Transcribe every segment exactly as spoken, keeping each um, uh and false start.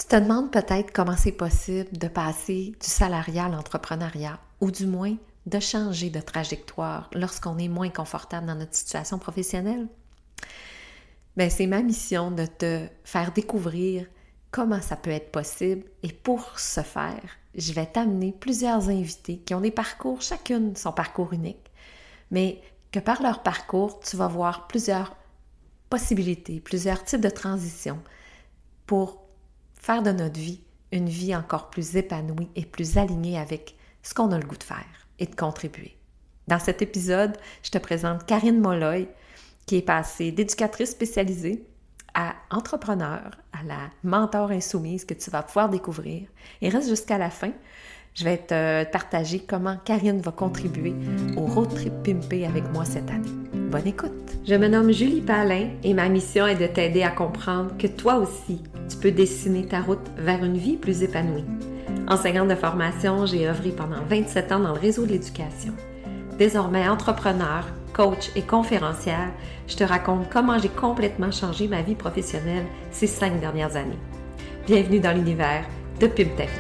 te demandes peut-être comment c'est possible de passer du salariat à l'entrepreneuriat, ou du moins de changer de trajectoire lorsqu'on est moins confortable dans notre situation professionnelle? Bien, c'est ma mission de te faire découvrir comment ça peut être possible, et pour ce faire, je vais t'amener plusieurs invités qui ont des parcours, chacune son parcours unique, mais que par leur parcours, tu vas voir plusieurs possibilités, plusieurs types de transitions pour faire de notre vie une vie encore plus épanouie et plus alignée avec ce qu'on a le goût de faire et de contribuer. Dans cet épisode, je te présente Karine Molloy, qui est passée d'éducatrice spécialisée à entrepreneur, à la mentor insoumise que tu vas pouvoir découvrir. Et reste jusqu'à la fin. Je vais te partager comment Karine va contribuer au Road Trip Pimpé avec moi cette année. Bonne écoute! Je me nomme Julie Palin et ma mission est de t'aider à comprendre que toi aussi, tu peux dessiner ta route vers une vie plus épanouie. Enseignante de formation, j'ai œuvré pendant vingt-sept ans dans le réseau de l'éducation. Désormais entrepreneur, coach et conférencière, je te raconte comment j'ai complètement changé ma vie professionnelle ces cinq dernières années. Bienvenue dans l'univers de Pimpe ta vie.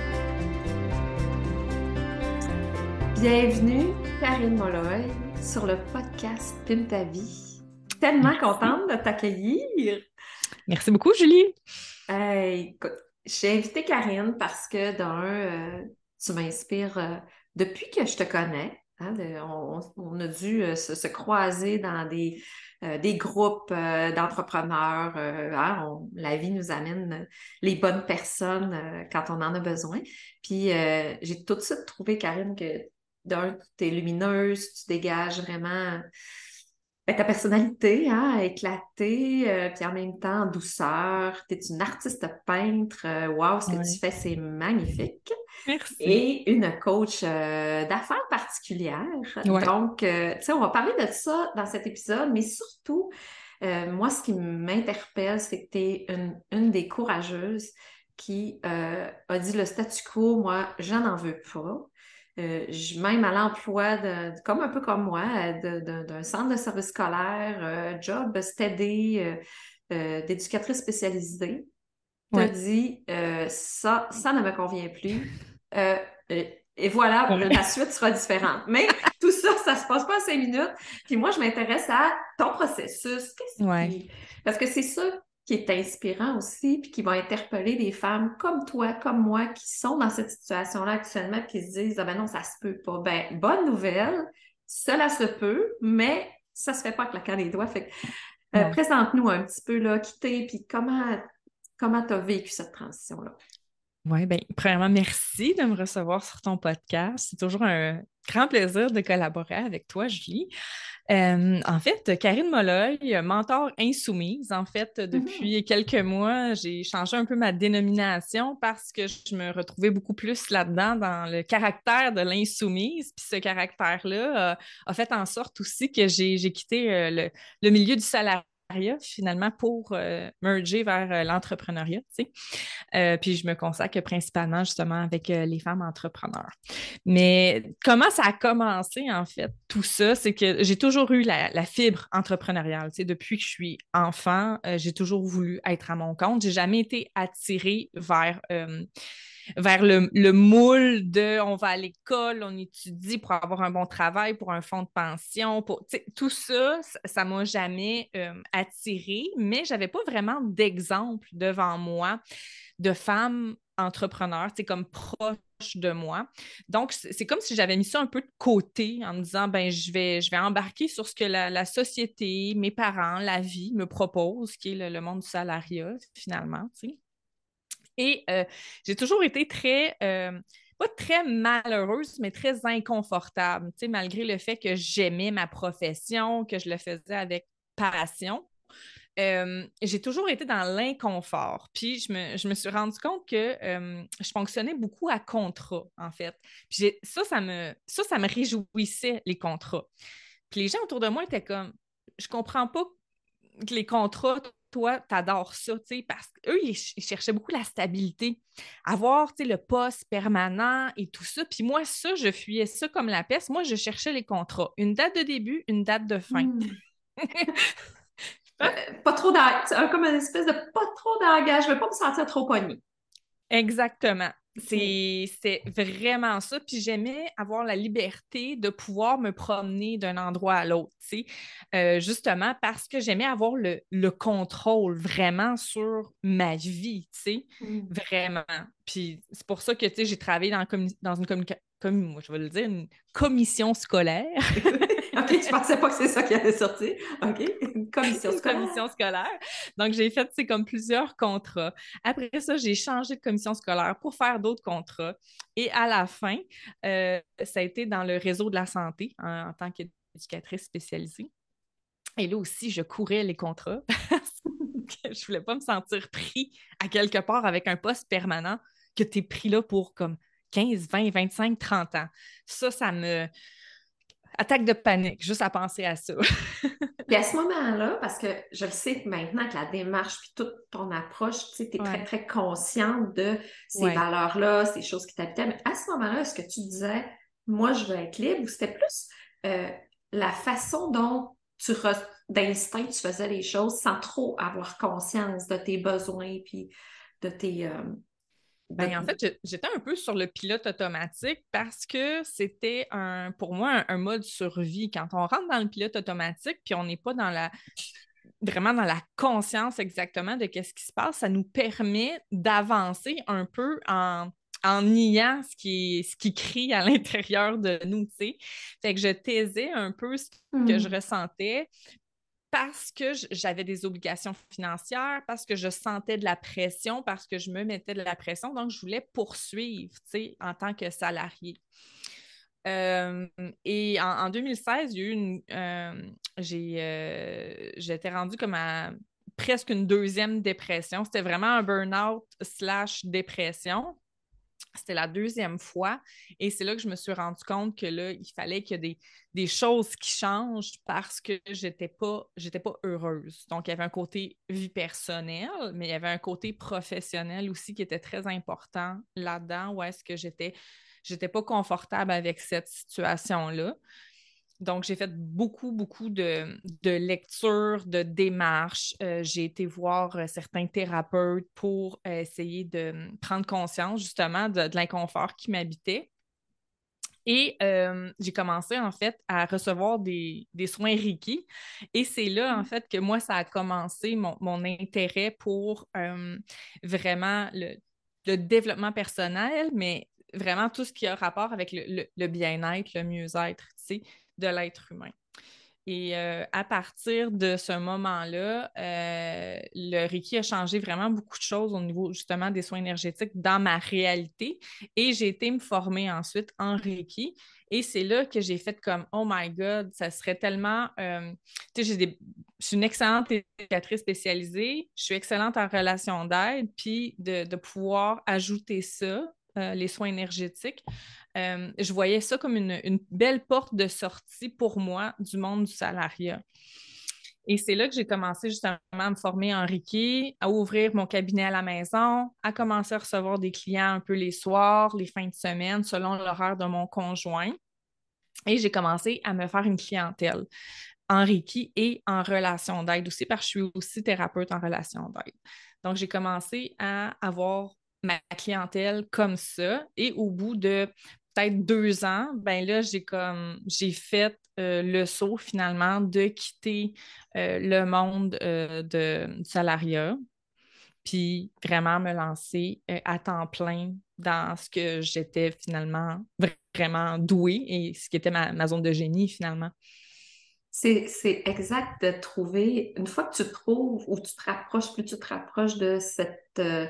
Bienvenue, Karine Molloy, sur le podcast Pimpe ta vie. Tellement Merci. contente de t'accueillir. Merci beaucoup, Julie. Hey, écoute, j'ai invité Karine parce que, d'un, euh, tu m'inspires euh, depuis que je te connais. Hein, de- on, on a dû euh, se, se croiser dans des, euh, des groupes euh, d'entrepreneurs. euh, hein, on- la vie nous amène les bonnes personnes euh, quand on en a besoin. Puis euh, j'ai tout de suite trouvé, Karine, que d'un, tu es lumineuse, tu dégages vraiment ben, ta personnalité, hein, a éclaté, euh, puis en même temps en douceur. Tu es une artiste peintre. Euh, wow, ce que tu Ouais. fais, c'est magnifique. Merci. Et une coach euh, d'affaires particulière. Ouais. Donc, euh, tu sais, on va parler de ça dans cet épisode, mais surtout, euh, moi, ce qui m'interpelle, c'est que tu es une, une des courageuses qui euh, a dit le statu quo, moi, je n'en veux pas. Euh, je, même à l'emploi, de, comme un peu comme moi, de- de- d'un centre de service scolaire, euh, job steady, euh, euh, d'éducatrice spécialisée, te Ouais. dit euh, ça, ça ne me convient plus. Euh, et, et voilà, Ouais. la suite sera différente. Mais tout ça, ça se passe pas en cinq minutes. Puis moi, je m'intéresse à ton processus. Qu'est-ce Ouais. qui... Parce que c'est ça qui est inspirant aussi, puis qui va interpeller des femmes comme toi, comme moi, qui sont dans cette situation-là actuellement, puis qui se disent, ah ben non, ça se peut pas. Ben, bonne nouvelle, cela se peut, mais ça se fait pas en claquant les doigts. Fait que, euh, Ouais. présente-nous un petit peu, là, qui t'es, puis comment comment tu as vécu cette transition-là? Ouais, ben, premièrement, merci de me recevoir sur ton podcast. C'est toujours un grand plaisir de collaborer avec toi, Julie. Euh, en fait, Karine Molloy, mentor insoumise. En fait, Mhm. depuis quelques mois, j'ai changé un peu ma dénomination parce que je me retrouvais beaucoup plus là-dedans dans le caractère de l'insoumise. Puis ce caractère-là euh, a fait en sorte aussi que j'ai, j'ai quitté euh, le, le milieu du salariat finalement pour euh, merger vers euh, l'entrepreneuriat, tu sais. Euh, puis je me consacre principalement justement avec euh, les femmes entrepreneurs. Mais comment ça a commencé en fait, tout ça, c'est que j'ai toujours eu la, la fibre entrepreneuriale. Tu sais, depuis que je suis enfant, euh, j'ai toujours voulu être à mon compte. J'ai jamais été attirée vers euh, vers le, le moule de on va à l'école, on étudie pour avoir un bon travail, pour un fonds de pension, pour tout ça, ça ne m'a jamais euh, attirée, mais je n'avais pas vraiment d'exemple devant moi de femmes entrepreneurs, comme proches de moi. Donc, c'est comme si j'avais mis ça un peu de côté en me disant, ben, je vais, je vais embarquer sur ce que la, la société, mes parents, la vie me propose, qui est le, le monde du salariat, finalement, tu sais. Et euh, j'ai toujours été très, euh, pas très malheureuse, mais très inconfortable, tu sais, malgré le fait que j'aimais ma profession, que je le faisais avec passion. Euh, j'ai toujours été dans l'inconfort. Puis je me, je me suis rendu compte que euh, je fonctionnais beaucoup à contrat, en fait. Puis j'ai- ça, ça me, ça, ça me réjouissait, les contrats. Puis les gens autour de moi étaient comme, je comprends pas que les contrats, toi, t'adores ça, tu sais, parce qu'eux, ils, ch- ils cherchaient beaucoup la stabilité, avoir, tu sais, le poste permanent et tout ça. Puis moi, ça, je fuyais ça comme la peste. Moi, je cherchais les contrats. Une date de début, une date de fin. Hmm. Euh, pas trop d'engagement, comme une espèce de pas trop d'engagement. Je ne veux pas me sentir trop poignée. Exactement. OK. C'est, c'est vraiment ça. Puis j'aimais avoir la liberté de pouvoir me promener d'un endroit à l'autre, tu sais. Euh, justement parce que j'aimais avoir le, le contrôle vraiment sur ma vie, tu sais, Mm. vraiment. Puis c'est pour ça que, tu sais, j'ai travaillé dans, commu- dans une communication, moi, je vais le dire, une commission scolaire. OK, je pensais pas que c'est ça qui allait sortir. OK, une commission Une scolaire. commission scolaire. Donc, j'ai fait, c'est comme plusieurs contrats. Après ça, j'ai changé de commission scolaire pour faire d'autres contrats. Et à la fin, euh, ça a été dans le réseau de la santé en, en tant qu'éducatrice spécialisée. Et là aussi, je courais les contrats parce que je voulais pas me sentir pris à quelque part avec un poste permanent que tu es pris là pour comme quinze, vingt, vingt-cinq, trente ans. Ça, ça me... Attaque de panique, juste à penser à ça. Puis à ce moment-là, parce que je le sais maintenant que la démarche puis toute ton approche, tu sais, tu es très, Ouais, très consciente de ces ouais. valeurs-là, ces choses qui t'habitaient. Mais à ce moment-là, est-ce que tu disais, moi, je veux être libre, ou c'était plus euh, la façon dont tu re- d'instinct, tu faisais les choses sans trop avoir conscience de tes besoins puis de tes... euh, Ben, en de- fait, je- j'étais un peu sur le pilote automatique parce que c'était un, pour moi un, un mode survie. Quand on rentre dans le pilote automatique, puis on n'est pas dans la, vraiment dans la conscience exactement de qu'est-ce qui se passe, ça nous permet d'avancer un peu en, en niant ce qui, ce qui crie à l'intérieur de nous, tu sais. Fait que je taisais un peu ce que je Hmm. ressentais parce que j- j'avais des obligations financières, parce que je sentais de la pression, parce que je me mettais de la pression. Donc, je voulais poursuivre, tu sais, en tant que salarié. Euh, et en, en deux mille seize, il y a eu une, euh, j'ai, euh, j'étais rendue comme à presque une deuxième dépression. C'était vraiment un burn-out slash dépression. C'était la deuxième fois et c'est là que je me suis rendu compte que là, il fallait qu'il y ait des, des choses qui changent parce que j'étais pas, j'étais pas heureuse. Donc, il y avait un côté vie personnelle, mais il y avait un côté professionnel aussi qui était très important là-dedans, où est-ce que j'étais, j'étais pas confortable avec cette situation-là. Donc, j'ai fait beaucoup, beaucoup de, de lectures, de démarches. Euh, j'ai été voir euh, certains thérapeutes pour euh, essayer de hum, prendre conscience justement de, de l'inconfort qui m'habitait. Et euh, j'ai commencé en fait à recevoir des, des soins Reiki. Et c'est là en fait que moi, ça a commencé mon, mon intérêt pour euh, vraiment le, le développement personnel, mais vraiment tout ce qui a rapport avec le, le- le bien-être, le mieux-être, tu sais, de l'être humain. Et euh, à partir de ce moment-là, euh, le Reiki a changé vraiment beaucoup de choses au niveau justement des soins énergétiques dans ma réalité. Et j'ai été me former ensuite en Reiki. Et c'est là que j'ai fait comme, oh my God, ça serait tellement... euh, tu sais, j'ai des... je suis une excellente éducatrice spécialisée, je suis excellente en relation d'aide, puis de, de pouvoir ajouter ça, euh, les soins énergétiques, euh, je voyais ça comme une, une belle porte de sortie pour moi du monde du salariat. Et c'est là que j'ai commencé justement à me former en Reiki, à ouvrir mon cabinet à la maison, à commencer à recevoir des clients un peu les soirs, les fins de semaine, selon l'horaire de mon conjoint. Et j'ai commencé à me faire une clientèle en Reiki et en relation d'aide aussi, parce que je suis aussi thérapeute en relation d'aide. Donc, j'ai commencé à avoir ma clientèle comme ça. Et au bout de peut-être deux ans, ben là, j'ai comme j'ai fait euh, le saut finalement de quitter euh, le monde euh, de, du salariat, puis vraiment me lancer euh, à temps plein dans ce que j'étais finalement vraiment douée et ce qui était ma, ma zone de génie finalement. C'est, c'est exact de trouver, une fois que tu trouves ou tu te rapproches, plus tu te rapproches de cette, euh,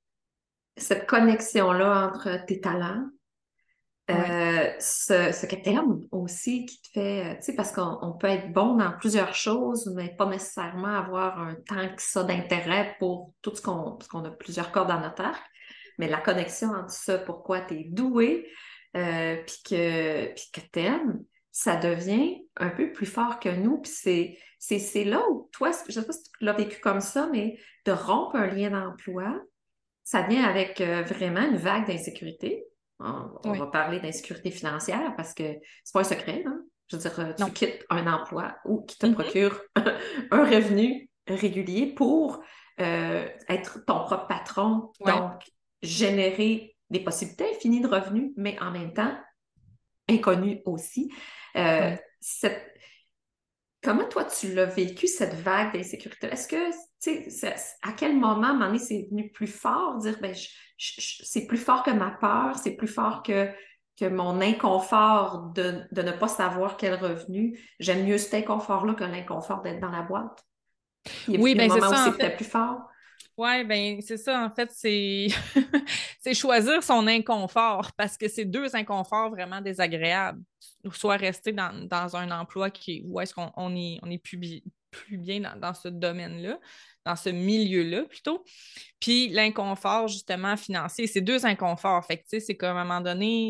cette connexion-là entre tes talents, Ouais. euh, ce, ce que tu aimes aussi, qui te fait, euh, tu sais, parce qu'on on peut être bon dans plusieurs choses, mais pas nécessairement avoir un temps que ça d'intérêt pour tout ce qu'on, parce qu'on a plusieurs cordes dans notre arc, mais la connexion entre ça, pourquoi tu es doué, euh, puis que, puis que t'aimes, ça devient un peu plus fort que nous, puis c'est, c'est, c'est là où toi, je sais pas si tu l'as vécu comme ça, mais de rompre un lien d'emploi, ça vient avec euh, vraiment une vague d'insécurité. On, on va Oui. parler d'insécurité financière parce que c'est pas un secret, hein. Je veux dire, euh, tu Non. quittes un emploi ou qui te Mhm. procure un revenu régulier pour euh, être ton propre patron. Ouais. Donc, générer des possibilités infinies de revenus, mais en même temps, inconnues aussi. Euh, Ouais. cette- Comment toi, tu l'as vécu, cette vague d'insécurité? Est-ce que, tu sais, ça- à quel moment, à un moment donné, c'est venu plus fort, dire, ben, je- je- je- c'est plus fort que ma peur, c'est plus fort que, que mon inconfort de, de ne pas savoir quel revenu. J'aime mieux cet inconfort-là que l'inconfort d'être dans la boîte. Il est Oui, venu un ben c'est moment où ça, en fait. c'était plus fort. Ouais, ben c'est ça, en fait, c'est c'est choisir son inconfort parce que c'est deux inconforts vraiment désagréables. Soit rester dans, dans un emploi qui où est-ce qu'on on est, on est plus, bi- plus bien dans, dans ce domaine-là, dans ce milieu-là plutôt. Puis l'inconfort, justement, financier, c'est deux inconforts. Fait que, tu sais, c'est qu'à un moment donné,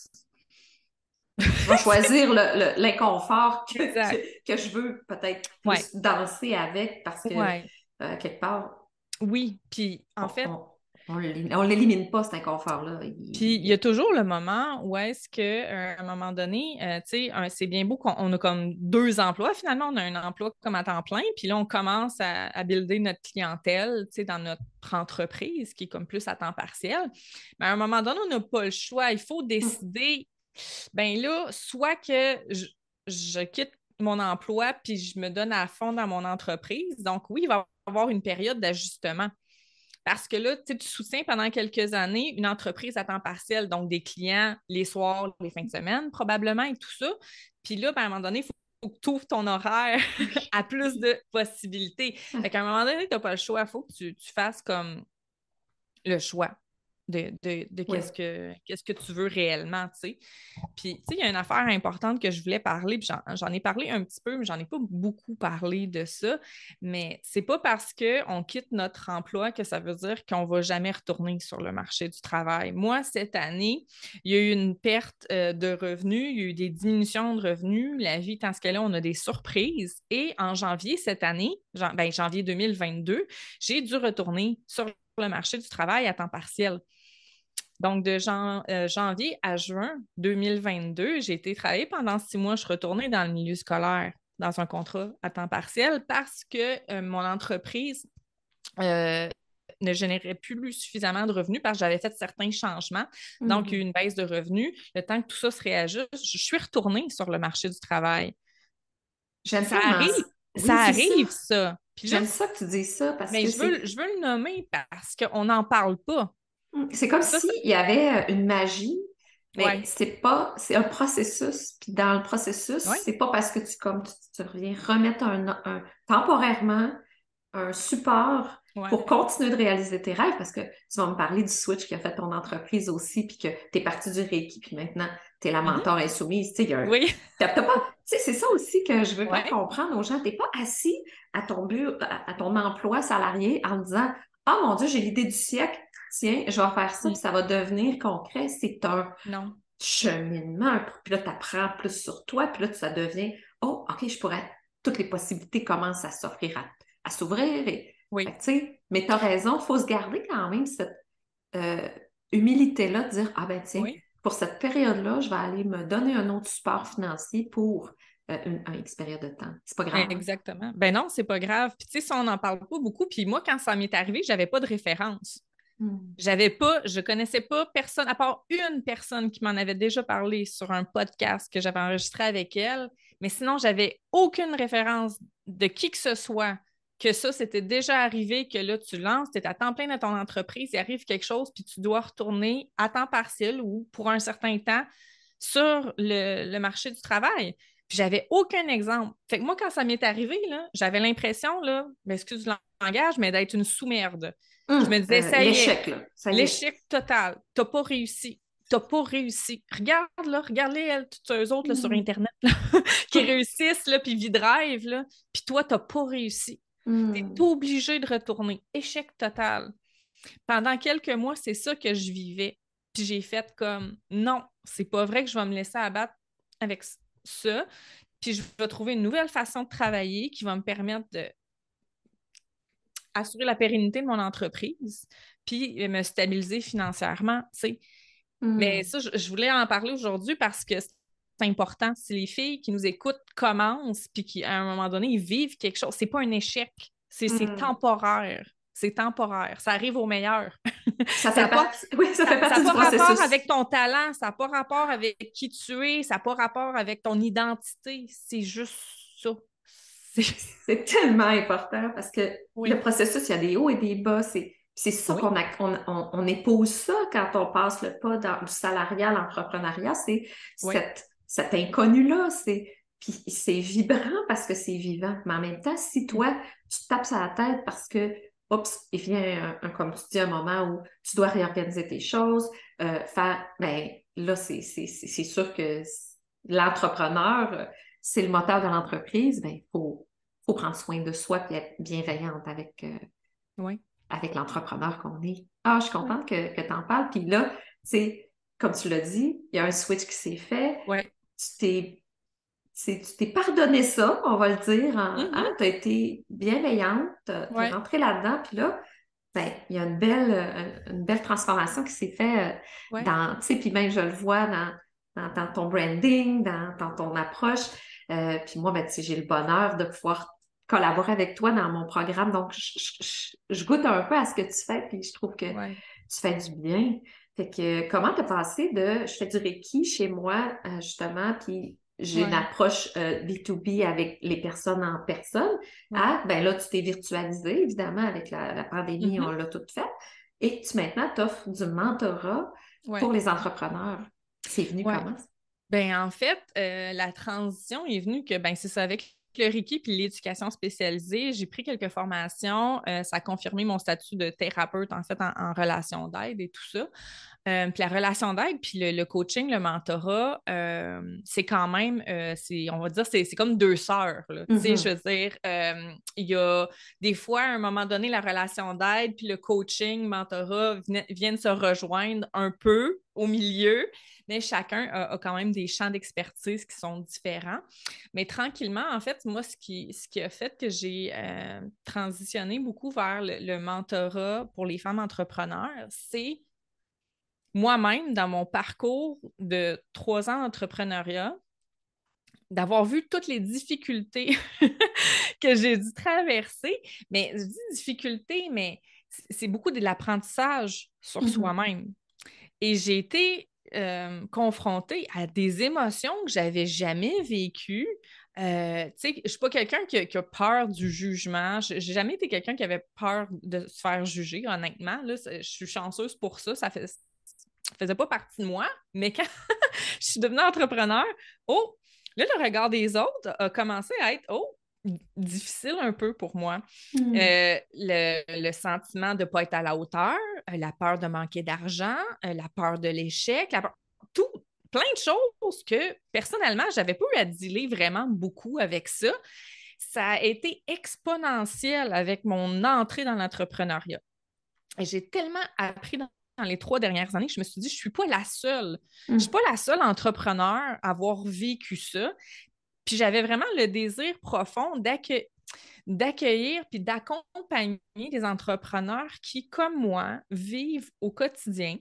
Je vais choisir le- le- l'inconfort que, exact. que, que je veux peut-être Ouais, plus danser avec parce que, ouais. euh, quelque part, Oui, puis on, en fait, on, on l'élimine on l'élimine pas, cet inconfort-là. puis Il- il y a il- toujours le moment où est-ce que, euh, à un moment donné, euh, tu sais, un- c'est bien beau qu'on on a comme deux emplois. Finalement, on a un emploi comme à temps plein, puis là, on commence à, à builder notre clientèle, tu sais, dans notre entreprise, qui est comme plus à temps partiel. Mais à un moment donné, on n'a pas le choix. Il faut décider, ben là, soit que je, je quitte mon emploi, puis je me donne à fond dans mon entreprise. Donc, oui, il va y avoir une période d'ajustement. Parce que là, tu soutiens pendant quelques années une entreprise à temps partiel, donc des clients les soirs, les fins de semaine, probablement, et tout ça. Puis là, ben, à un moment donné, il faut que tu ouvres ton horaire à plus de possibilités. Fait qu'à un moment donné, tu n'as pas le choix. Il faut que tu, tu fasses comme le choix de, de, de Oui. qu'est-ce que, qu'est-ce que tu veux réellement, tu sais. Puis, tu sais, il y a une affaire importante que je voulais parler, puis j'en, j'en ai parlé un petit peu, mais j'en ai pas beaucoup parlé de ça. Mais c'est pas parce qu'on quitte notre emploi que ça veut dire qu'on va jamais retourner sur le marché du travail. Moi, cette année, il y a eu une perte euh, de revenus, il y a eu des diminutions de revenus. La vie étant ce qu'elle est, on a des surprises. Et en janvier cette année, jan- ben, janvier deux mille vingt-deux, j'ai dû retourner sur le marché du travail à temps partiel. Donc, de jan- euh, janvier à juin deux mille vingt-deux, j'ai été travailler pendant six mois. Je suis retournée dans le milieu scolaire dans un contrat à temps partiel parce que euh, mon entreprise euh, ne générait plus suffisamment de revenus parce que j'avais fait certains changements. Donc, il y a eu Mhm. une baisse de revenus. Le temps que tout ça se réajuste, je suis retournée sur le marché du travail. J'aime Ça tellement arrive, ça. ça Oui, c'est ça. arrive, ça. Puis là, J'aime ça que tu dises ça parce mais que je c'est veux, je veux le nommer parce qu'on n'en parle pas. c'est comme Ça, ça... s'il y avait une magie, mais Ouais. c'est pas, c'est un processus. Puis dans le processus, Ouais. c'est pas parce que tu, comme tu, tu reviens remettre un, un- temporairement un support Ouais. pour continuer de réaliser tes rêves, parce que tu vas me parler du switch qui a fait ton entreprise aussi, puis que tu es partie du Reiki, puis maintenant tu es la Mhm. mentor insoumise. Tu sais, il y a un- Oui. t'as- t'as pas, tu sais, c'est ça aussi que je veux faire Ouais. comprendre aux gens. Tu n'es pas assis à ton bureau, à, à ton emploi salarié en disant, ah mon Dieu, j'ai l'idée du siècle, tiens, je vais faire ça, puis Mm. ça va devenir concret. C'est un Non. cheminement, un- puis là, tu apprends plus sur toi, puis là, ça devient, oh, OK, je pourrais, toutes les possibilités commencent à s'offrir, à, à s'ouvrir. Et, fait Oui. que, tu sais, mais tu as raison, il faut se garder quand même cette euh, humilité-là de dire, ah ben tiens, Oui. pour cette période-là, je vais aller me donner un autre support financier pour euh, une, un X période de temps. C'est pas grave, hein? Exactement. Ben non, c'est pas grave. Puis tu sais, ça, on n'en parle pas beaucoup. Puis moi, quand ça m'est arrivé, j'avais pas de référence. Hmm. J'avais pas, je connaissais pas personne, à part une personne qui m'en avait déjà parlé sur un podcast que j'avais enregistré avec elle. Mais sinon, j'avais aucune référence de qui que ce soit que ça, c'était déjà arrivé, que là, tu lances, tu es à temps plein dans ton entreprise, il arrive quelque chose, puis tu dois retourner à temps partiel ou pour un certain temps sur le, le marché du travail. Puis j'avais aucun exemple. Fait que moi, quand ça m'est arrivé, là, j'avais l'impression, là, ben, excuse le langage, mais d'être une sous-merde. Je me Hum, disais, euh, ça y est, l'échec, là, ça y est. l'échec total. T'as pas réussi. T'as pas réussi. Regarde, là, regarde-les, elles, toutes eux autres là, sur Hum. Internet là, qui réussissent, là, puis V-Drive, là, puis toi, t'as pas réussi. T'es Hum. obligé de retourner. Échec total. Pendant quelques mois, c'est ça que je vivais. Puis j'ai fait comme, non, c'est pas vrai que je vais me laisser abattre avec ça. Puis je vais trouver une nouvelle façon de travailler qui va me permettre de assurer la pérennité de mon entreprise, puis me stabiliser financièrement, tu sais. Mais Hum. ça, je, je voulais en parler aujourd'hui parce que c'est important. Si les filles qui nous écoutent commencent, puis qui, à un moment donné, ils vivent quelque chose, c'est pas un échec, c'est c'est Hum. temporaire. c'est temporaire. Ça arrive au meilleur. Ça Ça fait n'a pas, partie, oui, ça fait ça, ça a partie du pas rapport processus. avec ton talent, ça n'a pas rapport avec qui tu es, ça n'a pas rapport avec ton identité. C'est juste ça. C'est... C'est tellement important parce que le Oui. processus, il y a des hauts et des bas. C'est, c'est ça Oui. qu'on a, on, on, on épouse ça quand on passe le pas dans, du salariat à l'entrepreneuriat. C'est Oui. cette, cet inconnu-là. C'est, puis c'est vibrant parce que c'est vivant. Mais en même temps, si toi, tu te tapes sur la tête parce que, oups, il vient, un, un- comme tu dis, un moment où tu dois réorganiser tes choses, euh, faire, ben là, c'est, c'est, c'est c'est sûr que l'entrepreneur, euh, c'est le moteur de l'entreprise, ben, il faut faut prendre soin de soi et être bienveillante avec, euh, Oui. avec l'entrepreneur qu'on est. Ah, je suis Oui. contente que, que tu en parles. Puis là, c'est comme tu l'as dit, il y a un switch qui s'est fait. Oui. Tu t'es, tu t'es pardonné ça, on va le dire. Hein? Mhm. Hein? Tu as été bienveillante, tu es Oui. rentrée là-dedans. Puis là, ben, il y a une belle, euh, une belle transformation qui s'est faite euh, Oui. dans, tu sais, puis même je le vois dans, dans, dans ton branding, dans, dans ton approche. Euh, puis moi, ben, tu sais, j'ai le bonheur de pouvoir collaborer avec toi dans mon programme. Donc, je, je- je- je goûte un peu à ce que tu fais, puis je trouve que Oui. tu fais du bien. Fait que comment t'as passé de je fais du Reiki chez moi, euh, justement, puis j'ai une Oui. approche euh, B deux B avec les personnes en personne, Oui. à ben là, tu t'es virtualisé, évidemment, avec la, la pandémie, on Mhm. l'a tout fait. Et tu maintenant t'offres du mentorat Oui. pour les entrepreneurs. C'est venu Oui. comment? Ben en fait, euh, la transition est venue que ben c'est ça avec le Reiki puis l'éducation spécialisée, j'ai pris quelques formations, euh, ça a confirmé mon statut de thérapeute en fait en, en relation d'aide et tout ça. Euh, puis la relation d'aide, puis le, le coaching, le mentorat, euh, c'est quand même, euh, c'est, on va dire, c'est, c'est comme deux sœurs. Là. Tu sais, je Mhm. veux dire, euh, il y a des fois, à un moment donné, la relation d'aide, puis le coaching, mentorat vien- viennent se rejoindre un peu au milieu, mais chacun a, a quand même des champs d'expertise qui sont différents. Mais tranquillement, en fait, moi, ce qui, ce qui a fait que j'ai euh, transitionné beaucoup vers le, le mentorat pour les femmes entrepreneurs, c'est moi-même, dans mon parcours de trois ans d'entrepreneuriat, d'avoir vu toutes les difficultés que j'ai dû traverser. Mais je dis difficultés, mais c'est beaucoup de l'apprentissage sur Mhm. soi-même. Et j'ai été euh, confrontée à des émotions que j'avais jamais vécues. Euh, tu sais, je ne suis pas quelqu'un qui, a qui a peur du jugement. Je n'ai jamais été quelqu'un qui avait peur de se faire juger, honnêtement. Là, je suis chanceuse pour ça. Ça fait, ça faisait pas partie de moi, mais quand je suis devenue entrepreneur, oh, là, le regard des autres a commencé à être, oh, difficile un peu pour moi. Mhm. Euh, le, le sentiment de ne pas être à la hauteur, euh, la peur de manquer d'argent, euh, la peur de l'échec, la peur- tout, plein de choses que personnellement, j'avais pas eu à dealer vraiment beaucoup avec ça. Ça a été exponentiel avec mon entrée dans l'entrepreneuriat. Et j'ai tellement appris dans, dans les trois dernières années que je me suis dit, je ne suis pas la seule. Je ne suis Mhm. pas la seule entrepreneur à avoir vécu ça. Puis j'avais vraiment le désir profond d'accueillir d'accueillir puis d'accompagner des entrepreneurs qui, comme moi, vivent au quotidien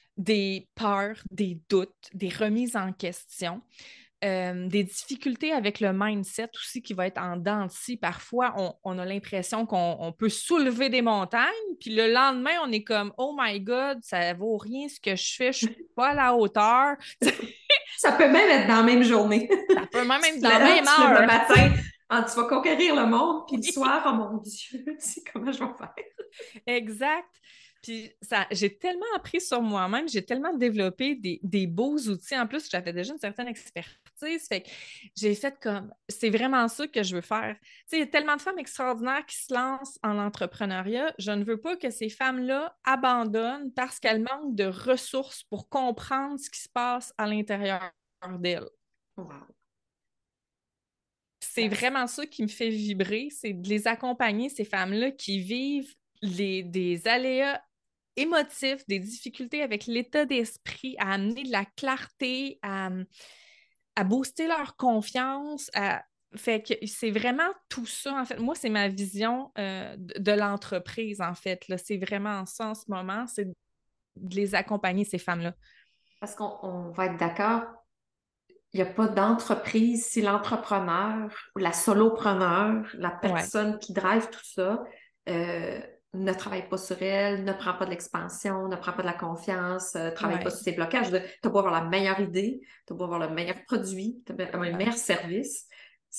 des peurs, des doutes, des remises en question, euh, des difficultés avec le mindset aussi qui va être en dents de scie. Parfois, on, on a l'impression qu'on on peut soulever des montagnes, puis le lendemain, on est comme Oh my God, ça vaut rien ce que je fais, je suis pas à la hauteur. Ça peut même être dans la même journée. Ça peut même Tu être te dans la lèves, même tu te lèves le heure. matin, ah, tu vas conquérir le monde, puis le Oui. soir, oh mon Dieu, tu sais comment je vais faire. Exact. Puis ça, j'ai tellement appris sur moi-même, j'ai tellement développé des, des beaux outils. En plus, j'avais déjà une certaine expertise. Fait que j'ai fait comme, c'est vraiment ça que je veux faire. Tu sais, il y a tellement de femmes extraordinaires qui se lancent en entrepreneuriat. Je ne veux pas que ces femmes-là abandonnent parce qu'elles manquent de ressources pour comprendre ce qui se passe à l'intérieur d'elles. Wow. C'est vraiment ça qui me fait vibrer, c'est de les accompagner, ces femmes-là qui vivent les, des aléas émotifs, des difficultés avec l'état d'esprit, à amener de la clarté, à, à booster leur confiance. À... Fait que c'est vraiment tout ça, en fait. Moi, c'est ma vision euh, de, de l'entreprise, en fait. Là. C'est vraiment ça en ce moment, c'est de les accompagner, ces femmes-là. Parce qu'on on va être d'accord, il n'y a pas d'entreprise si l'entrepreneur, la solopreneur, la Ouais. personne qui drive tout ça, euh, ne travaille pas sur elle, ne prend pas de l'expansion, ne prend pas de la confiance, ne euh, travaille pas Ouais. sur ses blocages. Tu as beau avoir la meilleure idée, tu as beau avoir le meilleur produit, tu as le meilleur service,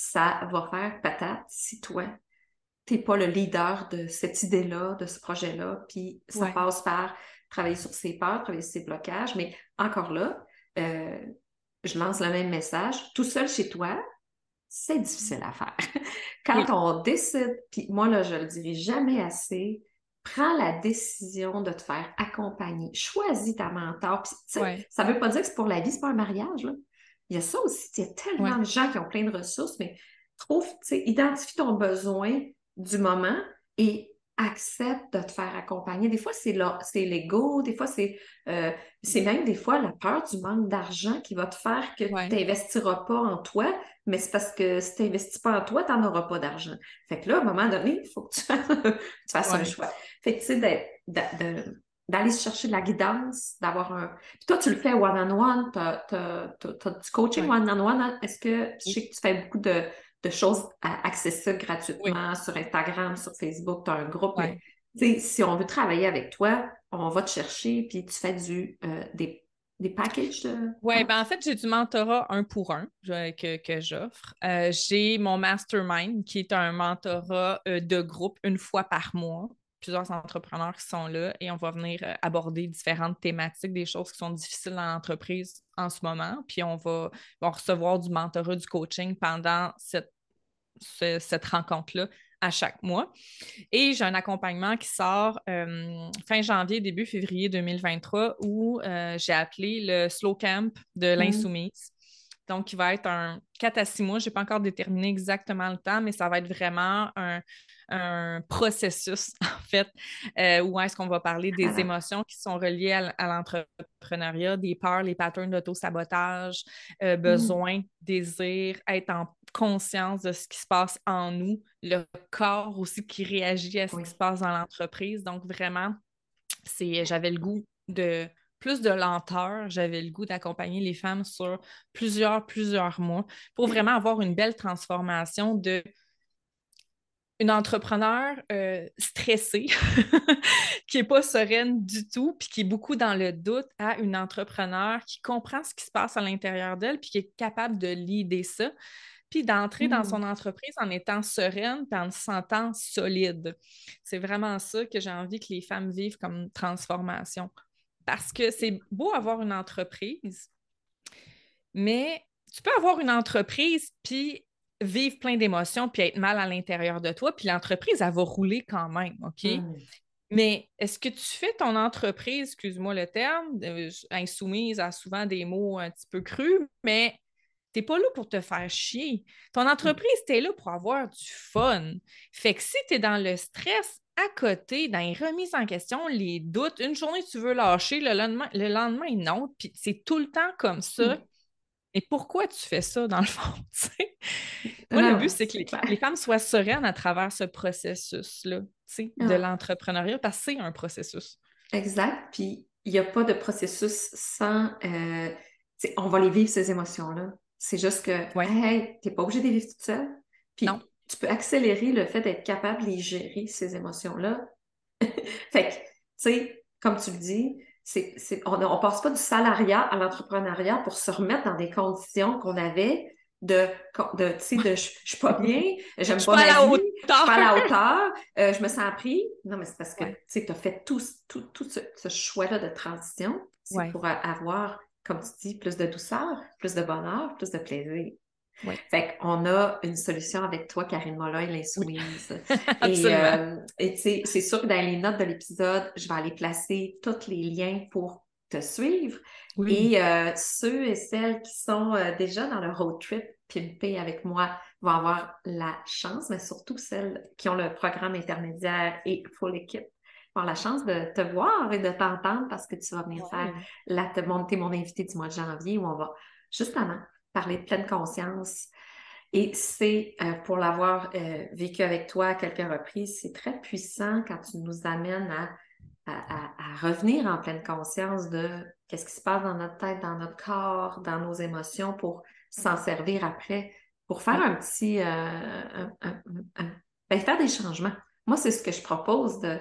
ça va faire patate si toi, tu n'es pas le leader de cette idée-là, de ce projet-là, puis ça Ouais. passe par travailler sur ses peurs, travailler sur ses blocages, mais encore là, euh, je lance le même message, tout seul chez toi, c'est difficile à faire. Quand Oui. on décide, puis moi, là, je le dirai jamais assez, prends la décision de te faire accompagner. Choisis ta mentor. Puis, tu sais, Ouais. ça veut pas dire que c'est pour la vie, c'est pas un mariage, là. Il y a ça aussi. Il y a tellement Ouais. de gens qui ont plein de ressources, mais trouve, tu sais, identifie ton besoin du moment et accepte de te faire accompagner. Des fois, c'est là, c'est l'ego, des fois, c'est euh, c'est même des fois la peur du manque d'argent qui va te faire que Ouais. tu n'investiras pas en toi, mais c'est parce que si tu n'investis pas en toi, tu n'en auras pas d'argent. Fait que là, à un moment donné, il faut que tu fasses, tu fasses un Ouais. choix. Fait que, tu sais, de- de- de- d'aller chercher de la guidance, d'avoir un... Puis toi, tu le fais one-on-one, tu as du coaching Ouais. one-on-one. Hein? Est-ce que je Oui. sais que tu fais beaucoup de, de choses à- accessibles Oui. gratuitement sur Instagram, sur Facebook, tu as un groupe, mais Ouais. tu sais, si on veut travailler avec toi, on va te chercher, puis tu fais du, euh, des, des packages de... Oui, Comment? ben en fait, j'ai du mentorat un pour un je- que, que j'offre. Euh, j'ai mon mastermind qui est un mentorat euh, de groupe une fois par mois. Plusieurs entrepreneurs qui sont là et on va venir euh, aborder différentes thématiques, des choses qui sont difficiles dans l'entreprise en ce moment. Puis on va, on va recevoir du mentorat, du coaching pendant cette, ce- cette rencontre-là à chaque mois. Et j'ai un accompagnement qui sort euh, fin janvier, début février deux mille vingt-trois, où euh, j'ai appelé le Slow Camp de Mm. l'Insoumise. Donc, il va être un quatre à six mois. Je n'ai pas encore déterminé exactement le temps, mais ça va être vraiment un, un processus, en fait, euh, où est-ce qu'on va parler des Alors, émotions qui sont reliées à, à l'entrepreneuriat, des peurs, les patterns d'auto-sabotage, euh, mm. besoins, désirs, être en conscience de ce qui se passe en nous, le corps aussi qui réagit à ce qui se Oui. passe dans l'entreprise. Donc, vraiment, c'est, j'avais le goût de plus de lenteur, j'avais le goût d'accompagner les femmes sur plusieurs, plusieurs mois pour vraiment avoir une belle transformation de une entrepreneur euh, stressée, qui n'est pas sereine du tout, puis qui est beaucoup dans le doute, à une entrepreneur qui comprend ce qui se passe à l'intérieur d'elle, puis qui est capable de leader ça, puis d'entrer dans Mm. son entreprise en étant sereine, puis en se sentant solide. C'est vraiment ça que j'ai envie que les femmes vivent comme transformation. Parce que c'est beau avoir une entreprise, mais tu peux avoir une entreprise, puis vivre plein d'émotions, puis être mal à l'intérieur de toi, puis l'entreprise, elle va rouler quand même, OK? Mm. Mais est-ce que tu fais ton entreprise, excuse-moi le terme, euh, insoumise à souvent des mots un petit peu crus, mais t'es pas là pour te faire chier. Ton Mm. entreprise, t'es là pour avoir du fun. Fait que si t'es dans le stress à côté, dans les remises en question, les doutes, une journée tu veux lâcher, le lendemain, le lendemain non, puis c'est tout le temps comme ça. Mm. Et pourquoi tu fais ça, dans le fond? tu sais? Non, Moi, le but, non, c'est que c'est les, clair. les femmes soient sereines à travers ce processus-là, tu sais, de Ah, l'entrepreneuriat, parce que c'est un processus. exact. Puis, il n'y a pas de processus sans... euh, tu sais, on va les vivre, ces émotions-là. C'est juste que, Oui, hey, tu n'es pas obligé de les vivre toute seule. non, Puis, tu peux accélérer le fait d'être capable de les gérer, ces émotions-là. Fait que, tu sais, comme tu le dis, c'est, c'est, on ne passe pas du salariat à l'entrepreneuriat pour se remettre dans des conditions qu'on avait de, de tu sais, de je je suis pas bien, je j'aime suis pas pas à ma la vie, je suis hauteur. pas à la hauteur, euh, je me sens pris. Non, mais c'est parce que, tu Ouais, sais, tu as fait tout, tout, tout ce, ce choix-là de transition. C'est ouais, pour a- avoir, comme tu dis, plus de douceur, plus de bonheur, plus de plaisir. ouais, Fait qu'on a une solution avec toi, Karine Molin, oui, l'insoumise. Et absolument. euh, et tu sais, c'est sûr que dans les notes de l'épisode, je vais aller placer tous les liens pour te suivre. Oui, Et euh, ceux et celles qui sont euh, déjà dans le road trip Pimpé avec moi vont avoir la chance, mais surtout celles qui ont le programme intermédiaire et full équipe vont avoir la chance de te voir et de t'entendre parce que tu vas venir faire ouais, la te monter mon invité du mois de janvier où on va justement parler de pleine conscience. Et c'est, euh, pour l'avoir euh, vécu avec toi à quelques reprises, c'est très puissant quand tu nous amènes à, à, à- à revenir en pleine conscience de qu'est-ce qui se passe dans notre tête, dans notre corps, dans nos émotions pour s'en servir après, pour faire oui, un petit, euh, un- un- un- ben, faire des changements. Moi, c'est ce que je propose de,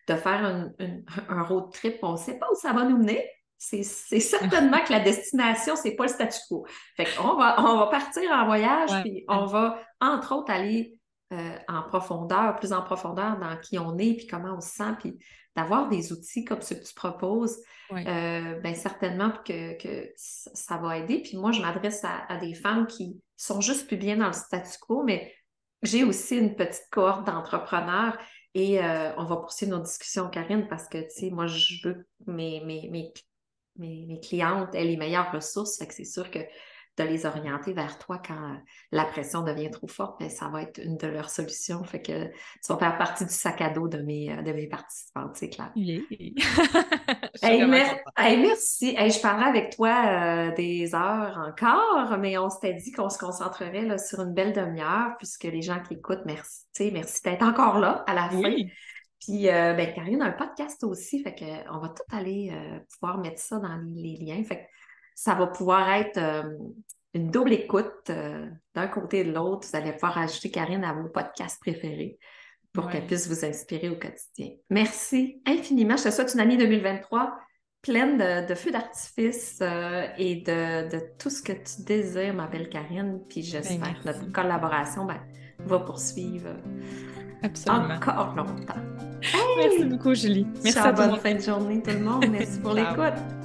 de faire un, un, un road trip. On ne sait pas où ça va nous mener. C'est, c'est certainement que la destination, c'est pas le statu quo. Fait qu'on va, on va partir en voyage, Ouais. puis on va, entre autres, aller euh, en profondeur, plus en profondeur dans qui on est, puis comment on se sent, puis d'avoir des outils comme ceux que tu proposes, Ouais. euh, bien certainement que, que ça va aider. Puis moi, je m'adresse à, à des femmes qui sont juste plus bien dans le statu quo, mais j'ai aussi une petite cohorte d'entrepreneurs et euh, on va poursuivre nos discussions, Karine, parce que, tu sais, moi, je veux que mes, mes, mes Mes, mes clientes aient les meilleures ressources, fait que c'est sûr que de les orienter vers toi quand la pression devient trop forte, bien, ça va être une de leurs solutions. Fait que tu vas faire partie du sac à dos de mes, de mes participantes, c'est clair. Yeah. Je suis Hey, vraiment mer- contente. hey, merci. Hey, je parlerai avec toi euh, des heures encore, mais on s'était dit qu'on se concentrerait là, sur une belle demi-heure, puisque les gens qui écoutent, merci, tu sais, merci d'être encore là à la fin. Oui. Puis, euh, ben, Karine a un podcast aussi, fait que on va tout aller euh, pouvoir mettre ça dans les, les liens. Fait que ça va pouvoir être euh, une double écoute euh, d'un côté et de l'autre. Vous allez pouvoir ajouter Karine à vos podcasts préférés pour Ouais. qu'elle puisse vous inspirer au quotidien. Merci infiniment. Je te souhaite une année deux mille vingt-trois pleine de, de feux d'artifice euh, et de, de tout ce que tu désires, ma belle Karine. Puis j'espère Ben, que notre merci. collaboration ben, va poursuivre Absolument. encore longtemps. Merci Hey! beaucoup, Julie. Merci Ciao, à tout le bonne monde. fin de journée tout le monde. Merci pour Ciao. l'écoute.